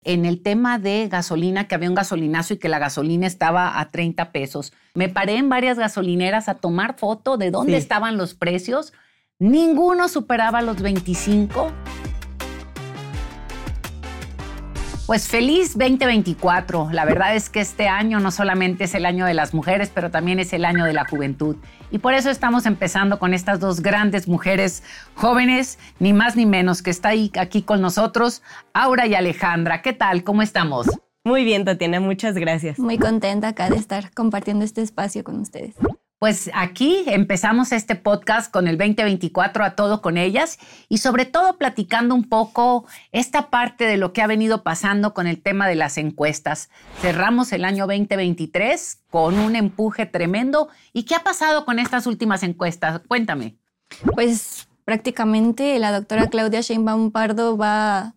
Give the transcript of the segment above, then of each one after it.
en el tema de gasolina, que había un gasolinazo y que la gasolina estaba a 30 pesos. Me paré en varias gasolineras a tomar foto de dónde estaban los precios. Ninguno superaba los 25. Pues feliz 2024. La verdad es que este año no solamente es el año de las mujeres, pero también es el año de la juventud. Y por eso estamos empezando con estas dos grandes mujeres jóvenes, ni más ni menos, que está aquí con nosotros, Aura y Alejandra. ¿Qué tal? ¿Cómo estamos? Muy bien, Tatiana, muchas gracias. Muy contenta acá de estar compartiendo este espacio con ustedes. Pues aquí empezamos este podcast con el 2024 a todo con ellas y sobre todo platicando un poco esta parte de lo que ha venido pasando con el tema de las encuestas. Cerramos el año 2023 con un empuje tremendo. ¿Y qué ha pasado con estas últimas encuestas? Cuéntame. Pues prácticamente la doctora Claudia Sheinbaum Pardo va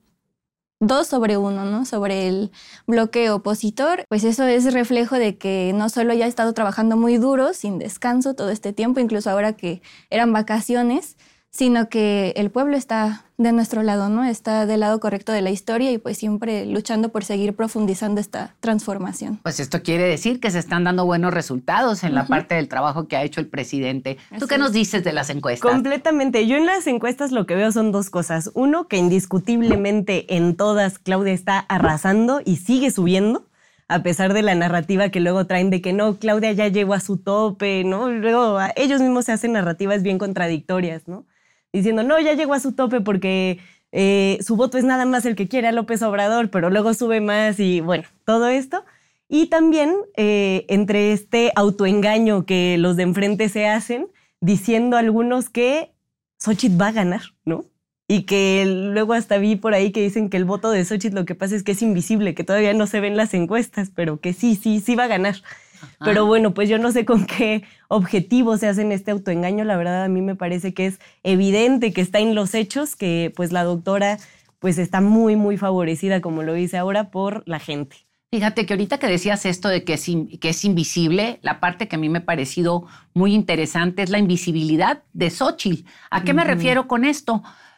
2-1, ¿no? Sobre el bloque opositor. Pues eso es reflejo de que no solo ya ha estado trabajando muy duro, sin descanso todo este tiempo, incluso ahora que eran vacaciones, sino que el pueblo está de nuestro lado, ¿no? Está del lado correcto de la historia y pues siempre luchando por seguir profundizando esta transformación. Pues esto quiere decir que se están dando buenos resultados en la parte del trabajo que ha hecho el presidente. ¿Tú qué nos dices de las encuestas? Completamente. Yo en las encuestas lo que veo son dos cosas. Uno, que indiscutiblemente en todas Claudia está arrasando y sigue subiendo, a pesar de la narrativa que luego traen de que no, Claudia ya llegó a su tope, ¿no? Luego ellos mismos se hacen narrativas bien contradictorias, ¿no? Diciendo, no, ya llegó a su tope porque su voto es nada más el que quiere a López Obrador, pero luego sube más y bueno, todo esto. Y también entre este autoengaño que los de enfrente se hacen, diciendo algunos que Xóchitl va a ganar, ¿no? Y que luego hasta vi por ahí que dicen que el voto de Xóchitl lo que pasa es que es invisible, que todavía no se ven las encuestas, pero que sí va a ganar. Pero bueno, pues yo no sé con qué objetivo se hacen este autoengaño. La verdad, a mí me parece que es evidente que está en los hechos, que pues la doctora pues está muy, muy favorecida, como lo dice ahora, por la gente. Fíjate que ahorita que decías esto de que es invisible, la parte que a mí me ha parecido muy interesante es la invisibilidad de Xóchitl. ¿A qué me refiero con esto?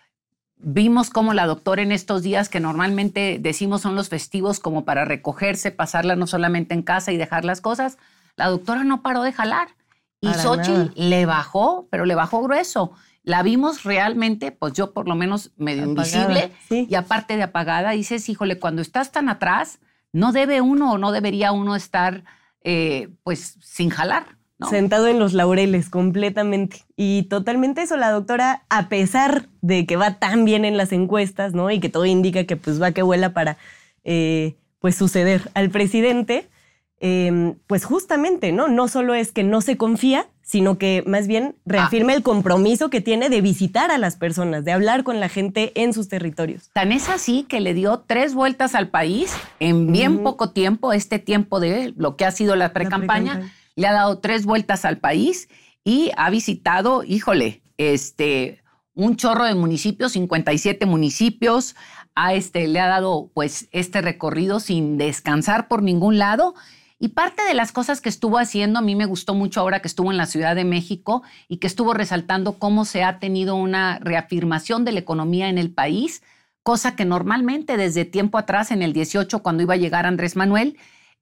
Vimos cómo la doctora en estos días que normalmente decimos son los festivos como para recogerse, pasarla no solamente en casa y dejar las cosas, la doctora no paró de jalar. Y Xóchitl le bajó, pero le bajó grueso. La vimos realmente, pues yo por lo menos medio apagada, invisible y aparte de apagada. Dices, híjole, cuando estás tan atrás, no debe uno o no debería uno estar pues sin jalar, ¿no? Sentado en los laureles, completamente. Y totalmente eso, la doctora, a pesar de que va tan bien en las encuestas, ¿no? Y que todo indica que pues va que vuela para pues suceder al presidente, pues justamente, ¿no? No solo es que no se confía, sino que más bien reafirma el compromiso que tiene de visitar a las personas, de hablar con la gente en sus territorios. Tan es así que le dio 3 vueltas al país en bien poco tiempo, este tiempo de lo que ha sido la precampaña. Le ha dado 3 vueltas al país y ha visitado, híjole, un chorro de municipios, 57 municipios. Le ha dado pues este recorrido sin descansar por ningún lado. Y parte de las cosas que estuvo haciendo, a mí me gustó mucho ahora que estuvo en la Ciudad de México y que estuvo resaltando cómo se ha tenido una reafirmación de la economía en el país, cosa que normalmente desde tiempo atrás, en el 18, cuando iba a llegar Andrés Manuel,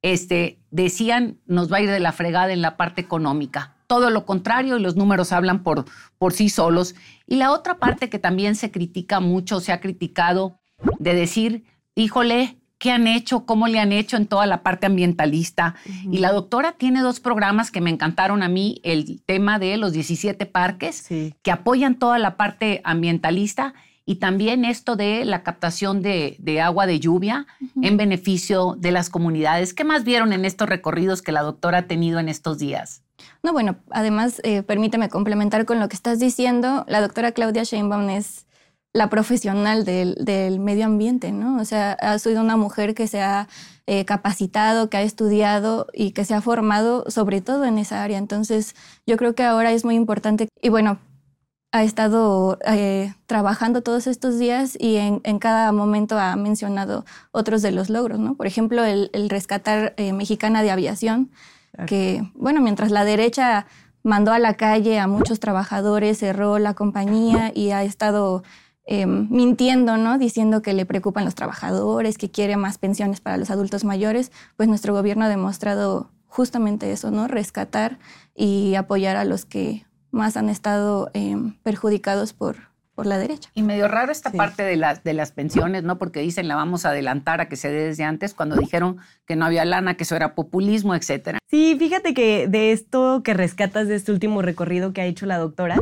decían nos va a ir de la fregada en la parte económica. Todo lo contrario y los números hablan por sí solos. Y la otra parte que también se critica mucho, se ha criticado de decir, híjole, ¿qué han hecho? ¿Cómo le han hecho en toda la parte ambientalista? Y la doctora tiene 2 programas que me encantaron a mí, el tema de los 17 parques que apoyan toda la parte ambientalista y también esto de la captación de agua de lluvia en beneficio de las comunidades. ¿Qué más vieron en estos recorridos que la doctora ha tenido en estos días? No, bueno, además, permíteme complementar con lo que estás diciendo. La doctora Claudia Sheinbaum es la profesional del medio ambiente, ¿no? O sea, ha sido una mujer que se ha capacitado, que ha estudiado y que se ha formado sobre todo en esa área. Entonces, yo creo que ahora es muy importante. Y bueno, ha estado trabajando todos estos días y en cada momento ha mencionado otros de los logros, ¿no? Por ejemplo, el rescatar Mexicana de Aviación, que, bueno, mientras la derecha mandó a la calle a muchos trabajadores, cerró la compañía y ha estado mintiendo, ¿no? Diciendo que le preocupan los trabajadores, que quiere más pensiones para los adultos mayores, pues nuestro gobierno ha demostrado justamente eso, ¿no? Rescatar y apoyar a los que más han estado perjudicados por la derecha. Y medio raro esta parte de las pensiones, ¿no? Porque dicen la vamos a adelantar a que se dé desde antes, cuando dijeron que no había lana, que eso era populismo, etcétera. Sí, fíjate que de esto que rescatas de este último recorrido que ha hecho la doctora,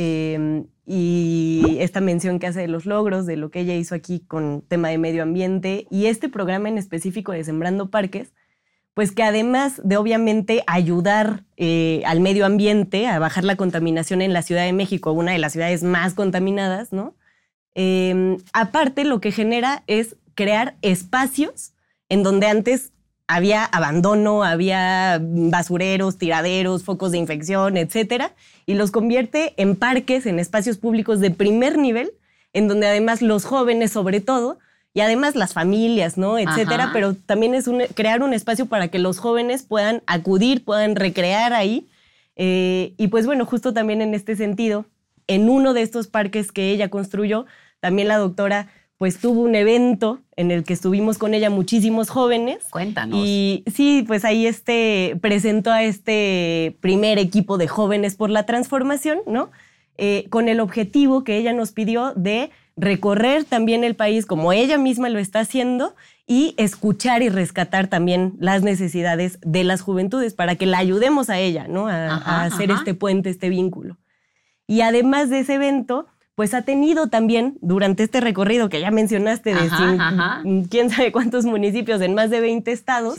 y esta mención que hace de los logros, de lo que ella hizo aquí con tema de medio ambiente, y este programa en específico de Sembrando Parques, pues que además de obviamente ayudar al medio ambiente a bajar la contaminación en la Ciudad de México, una de las ciudades más contaminadas, ¿no? Aparte, lo que genera es crear espacios en donde antes había abandono, había basureros, tiraderos, focos de infección, etcétera, y los convierte en parques, en espacios públicos de primer nivel, en donde además los jóvenes, sobre todo, y además las familias, ¿no? Etcétera, Ajá. Pero también es crear un espacio para que los jóvenes puedan acudir, puedan recrear ahí. Y pues bueno, justo también en este sentido, en uno de estos parques que ella construyó, también la doctora pues tuvo un evento en el que estuvimos con ella muchísimos jóvenes. Cuéntanos. Y sí, pues ahí presentó a este primer equipo de jóvenes por la transformación, ¿no? Con el objetivo que ella nos pidió de recorrer también el país como ella misma lo está haciendo y escuchar y rescatar también las necesidades de las juventudes para que la ayudemos a ella, ¿no? A hacer este puente, este vínculo. Y además de ese evento, pues ha tenido también durante este recorrido que ya mencionaste de quién sabe cuántos municipios en más de 20 estados.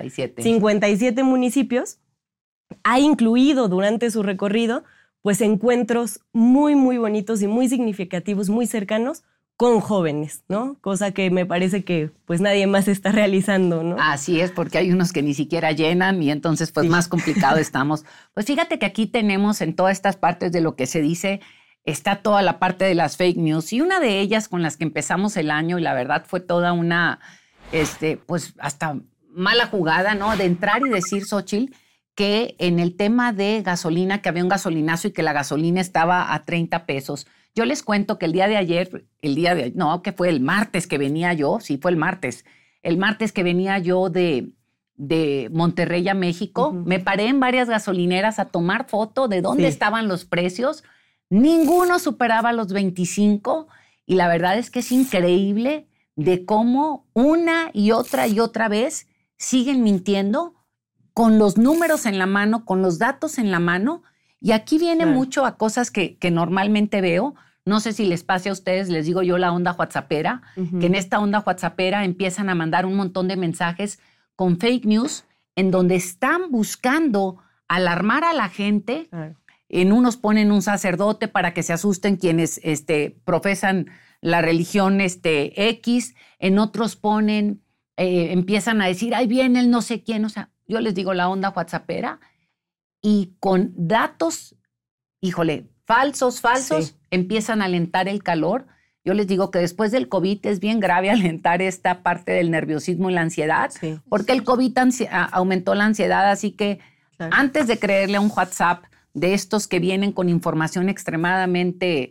57 municipios. Ha incluido durante su recorrido pues encuentros muy, muy bonitos y muy significativos, muy cercanos con jóvenes, ¿no? Cosa que me parece que pues nadie más está realizando, ¿no? Así es, porque hay unos que ni siquiera llenan y entonces pues más complicado estamos. Pues fíjate que aquí tenemos en todas estas partes de lo que se dice, está toda la parte de las fake news y una de ellas con las que empezamos el año y la verdad fue toda una, pues hasta mala jugada, ¿no? De entrar y decir, Xóchitl, que en el tema de gasolina, que había un gasolinazo y que la gasolina estaba a 30 pesos. Yo les cuento que que fue el martes que venía yo, sí, fue el martes que venía yo de Monterrey a México, me paré en varias gasolineras a tomar foto de dónde estaban los precios, ninguno superaba los 25 y la verdad es que es increíble de cómo una y otra vez siguen mintiendo con los números en la mano, con los datos en la mano. Y aquí viene mucho a cosas que normalmente veo. No sé si les pase a ustedes, les digo yo la onda whatsappera, que en esta onda whatsappera empiezan a mandar un montón de mensajes con fake news en donde están buscando alarmar a la gente. En unos ponen un sacerdote para que se asusten quienes profesan la religión X. En otros ponen, empiezan a decir, ahí viene el no sé quién, o sea, yo les digo la onda whatsappera y con datos, falsos, empiezan a alentar el calor. Yo les digo que después del COVID es bien grave alentar esta parte del nerviosismo y la ansiedad, porque el COVID aumentó la ansiedad, así que antes de creerle a un WhatsApp de estos que vienen con información extremadamente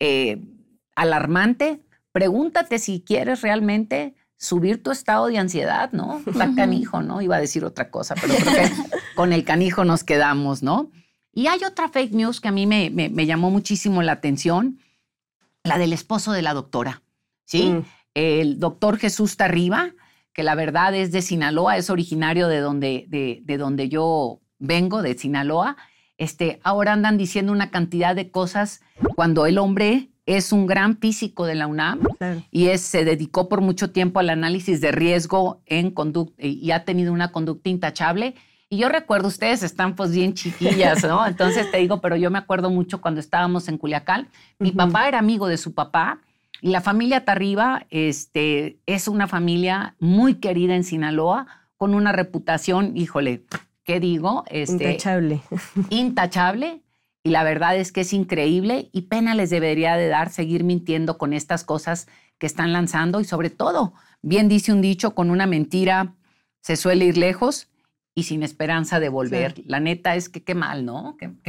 alarmante, pregúntate si quieres realmente subir tu estado de ansiedad, ¿no? Está canijo, ¿no? Iba a decir otra cosa, pero creo que con el canijo nos quedamos, ¿no? Y hay otra fake news que a mí me llamó muchísimo la atención, la del esposo de la doctora, ¿sí? El doctor Jesús Tarriba, que la verdad es de Sinaloa, es originario de donde yo vengo, de Sinaloa. Ahora andan diciendo una cantidad de cosas cuando el hombre es un gran físico de la UNAM y se dedicó por mucho tiempo al análisis de riesgo en conducta y ha tenido una conducta intachable. Y yo recuerdo, ustedes están pues bien chiquillas, ¿no? Entonces te digo, pero yo me acuerdo mucho cuando estábamos en Culiacán. Mi papá era amigo de su papá y la familia Tarriba es una familia muy querida en Sinaloa con una reputación, ¿qué digo? Intachable. Intachable. Y la verdad es que es increíble y pena les debería de dar seguir mintiendo con estas cosas que están lanzando y sobre todo, bien dice un dicho, con una mentira se suele ir lejos y sin esperanza de volver. La neta es que qué mal, ¿no? Que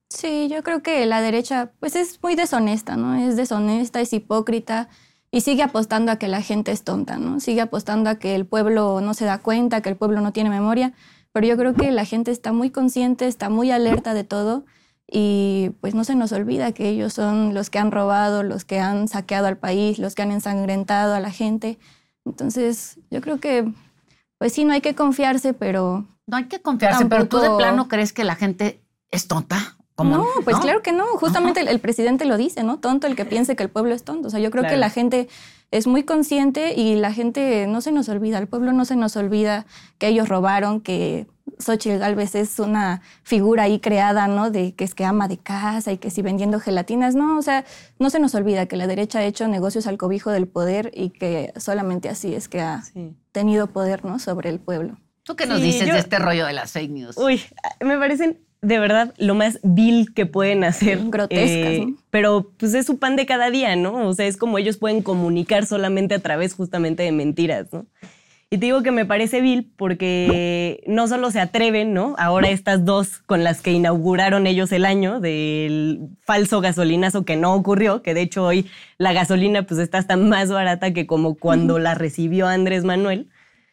Sí, yo creo que la derecha pues es muy deshonesta, ¿no? Es deshonesta, es hipócrita y sigue apostando a que la gente es tonta, ¿no? Sigue apostando a que el pueblo no se da cuenta, que el pueblo no tiene memoria, pero yo creo que la gente está muy consciente, está muy alerta de todo y pues no se nos olvida que ellos son los que han robado, los que han saqueado al país, los que han ensangrentado a la gente. Entonces, yo creo que pues sí, no hay que confiarse, pero... No hay que confiarse, tampoco... pero ¿tú de plano crees que la gente es tonta? ¿Cómo? No, pues ¿no? claro que no. Justamente el presidente lo dice, ¿no? Tonto el que piense que el pueblo es tonto. O sea, yo creo Claro. que la gente es muy consciente y la gente no se nos olvida, el pueblo no se nos olvida que ellos robaron, que Xóchitl Gálvez es una figura ahí creada, ¿no? De que es que ama de casa y que si vendiendo gelatinas, no, o sea, no se nos olvida que la derecha ha hecho negocios al cobijo del poder y que solamente así es que ha tenido poder, ¿no? Sobre el pueblo. ¿Tú qué nos dices de este rollo de las fake news? Uy, me parecen de verdad lo más vil que pueden hacer. Grotescas, ¿no? Pero pues es su pan de cada día, ¿no? O sea, es como ellos pueden comunicar solamente a través justamente de mentiras, ¿no? Y te digo que me parece vil porque no solo se atreven, ¿no? Ahora estas dos con las que inauguraron ellos el año del falso gasolinazo que no ocurrió, que de hecho hoy la gasolina pues está hasta más barata que como cuando la recibió Andrés Manuel.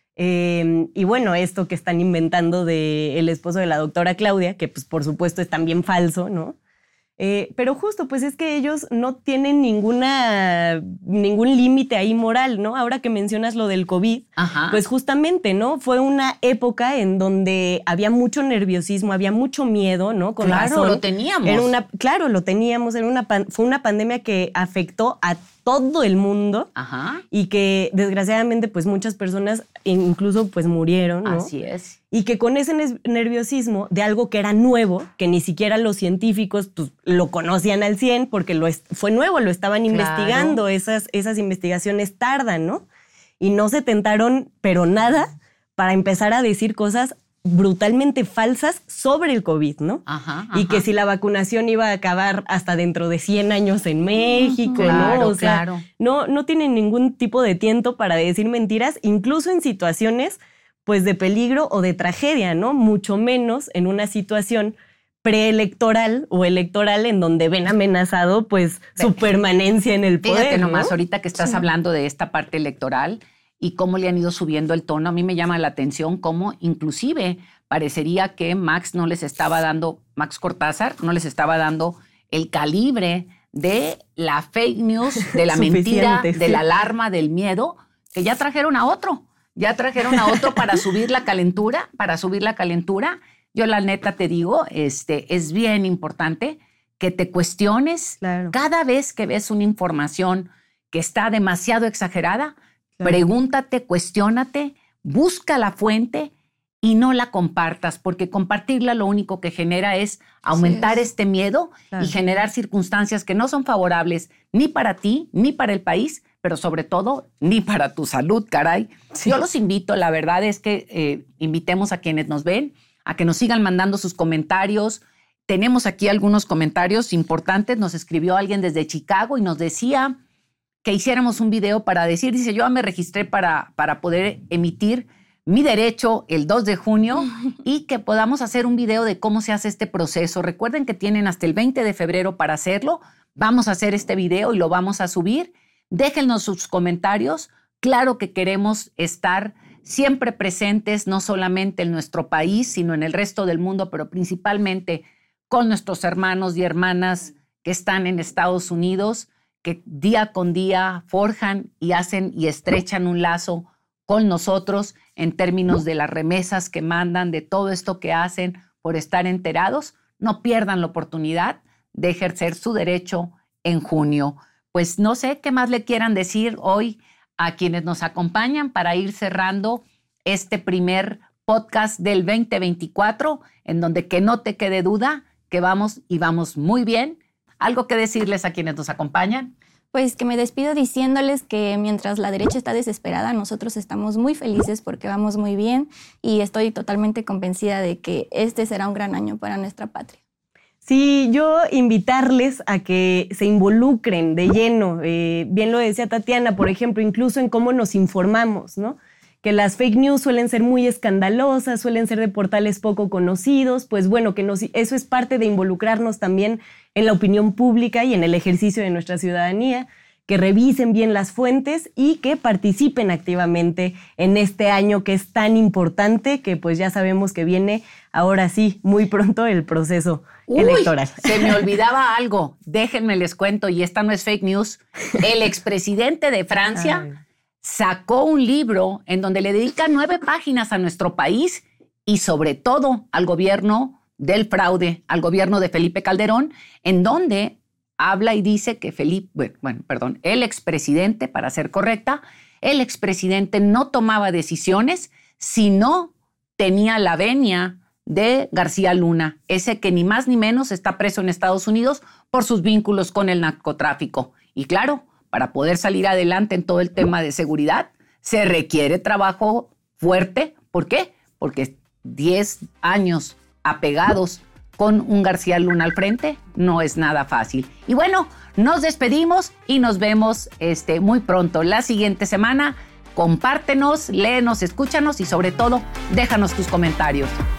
Y bueno, esto que están inventando del esposo de la doctora Claudia, que pues por supuesto es también falso, ¿no? Pero justo, pues es que ellos no tienen ningún límite ahí moral, ¿no? Ahora que mencionas lo del COVID, Ajá. pues justamente, ¿no? Fue una época en donde había mucho nerviosismo, había mucho miedo, ¿no? Con claro, razón. lo teníamos. Claro, lo teníamos. Fue una pandemia que afectó a todo el mundo. Ajá. Y que desgraciadamente pues muchas personas incluso pues murieron, ¿no? Así es. Y que con ese nerviosismo de algo que era nuevo, que ni siquiera los científicos pues, lo conocían al 100 porque fue nuevo, lo estaban investigando, esas investigaciones tardan, ¿no? Y no se tentaron, pero nada, para empezar a decir cosas brutalmente falsas sobre el COVID, ¿no? Ajá. Y que si la vacunación iba a acabar hasta dentro de 100 años en México, claro, ¿no? O sea, claro. no tienen ningún tipo de tiento para decir mentiras, incluso en situaciones pues de peligro o de tragedia, ¿no? Mucho menos en una situación preelectoral o electoral en donde ven amenazado pues su permanencia en el poder. Fíjate nomás, ¿no? ahorita que estás hablando de esta parte electoral y cómo le han ido subiendo el tono, a mí me llama la atención cómo inclusive parecería que Max Cortázar no les estaba dando el calibre de la fake news, de la mentira, de la alarma, del miedo, que ya trajeron a otro. Ya trajeron a otro para subir la calentura, Yo la neta te digo, es bien importante que te cuestiones cada vez que ves una información que está demasiado exagerada, pregúntate, cuestiónate, busca la fuente y no la compartas, porque compartirla lo único que genera es aumentar este miedo y generar circunstancias que no son favorables ni para ti, ni para el país, pero sobre todo ni para tu salud, caray. Sí. Yo los invito, la verdad es que invitemos a quienes nos ven a que nos sigan mandando sus comentarios. Tenemos aquí algunos comentarios importantes. Nos escribió alguien desde Chicago y nos decía que hiciéramos un video para decir, dice, yo me registré para poder emitir mi derecho el 2 de junio y que podamos hacer un video de cómo se hace este proceso. Recuerden que tienen hasta el 20 de febrero para hacerlo. Vamos a hacer este video y lo vamos a subir. Déjennos sus comentarios. Claro que queremos estar siempre presentes, no solamente en nuestro país, sino en el resto del mundo, pero principalmente con nuestros hermanos y hermanas que están en Estados Unidos, que día con día forjan y hacen y estrechan un lazo con nosotros en términos de las remesas que mandan, de todo esto que hacen por estar enterados. No pierdan la oportunidad de ejercer su derecho en junio. Pues no sé qué más le quieran decir hoy a quienes nos acompañan para ir cerrando este primer podcast del 2024, en donde que no te quede duda que vamos y vamos muy bien. ¿Algo que decirles a quienes nos acompañan? Pues que me despido diciéndoles que mientras la derecha está desesperada, nosotros estamos muy felices porque vamos muy bien y estoy totalmente convencida de que este será un gran año para nuestra patria. Sí, yo invitarles a que se involucren de lleno. Bien lo decía Tatiana, por ejemplo, incluso en cómo nos informamos, ¿no? que las fake news suelen ser muy escandalosas, suelen ser de portales poco conocidos, pues bueno, eso es parte de involucrarnos también en la opinión pública y en el ejercicio de nuestra ciudadanía, que revisen bien las fuentes y que participen activamente en este año que es tan importante, que pues ya sabemos que viene ahora sí, muy pronto el proceso electoral. Se me olvidaba algo, déjenme les cuento, y esta no es fake news, el expresidente de Francia sacó un libro en donde le dedica 9 páginas a nuestro país y sobre todo al gobierno del fraude, al gobierno de Felipe Calderón, en donde habla y dice que el expresidente, para ser correcta, el expresidente no tomaba decisiones si no tenía la venia de García Luna, ese que ni más ni menos está preso en Estados Unidos por sus vínculos con el narcotráfico. Y claro, para poder salir adelante en todo el tema de seguridad, se requiere trabajo fuerte. ¿Por qué? Porque 10 años apegados con un García Luna al frente no es nada fácil. Y bueno, nos despedimos y nos vemos muy pronto. La siguiente semana, compártenos, léenos, escúchanos y sobre todo, déjanos tus comentarios.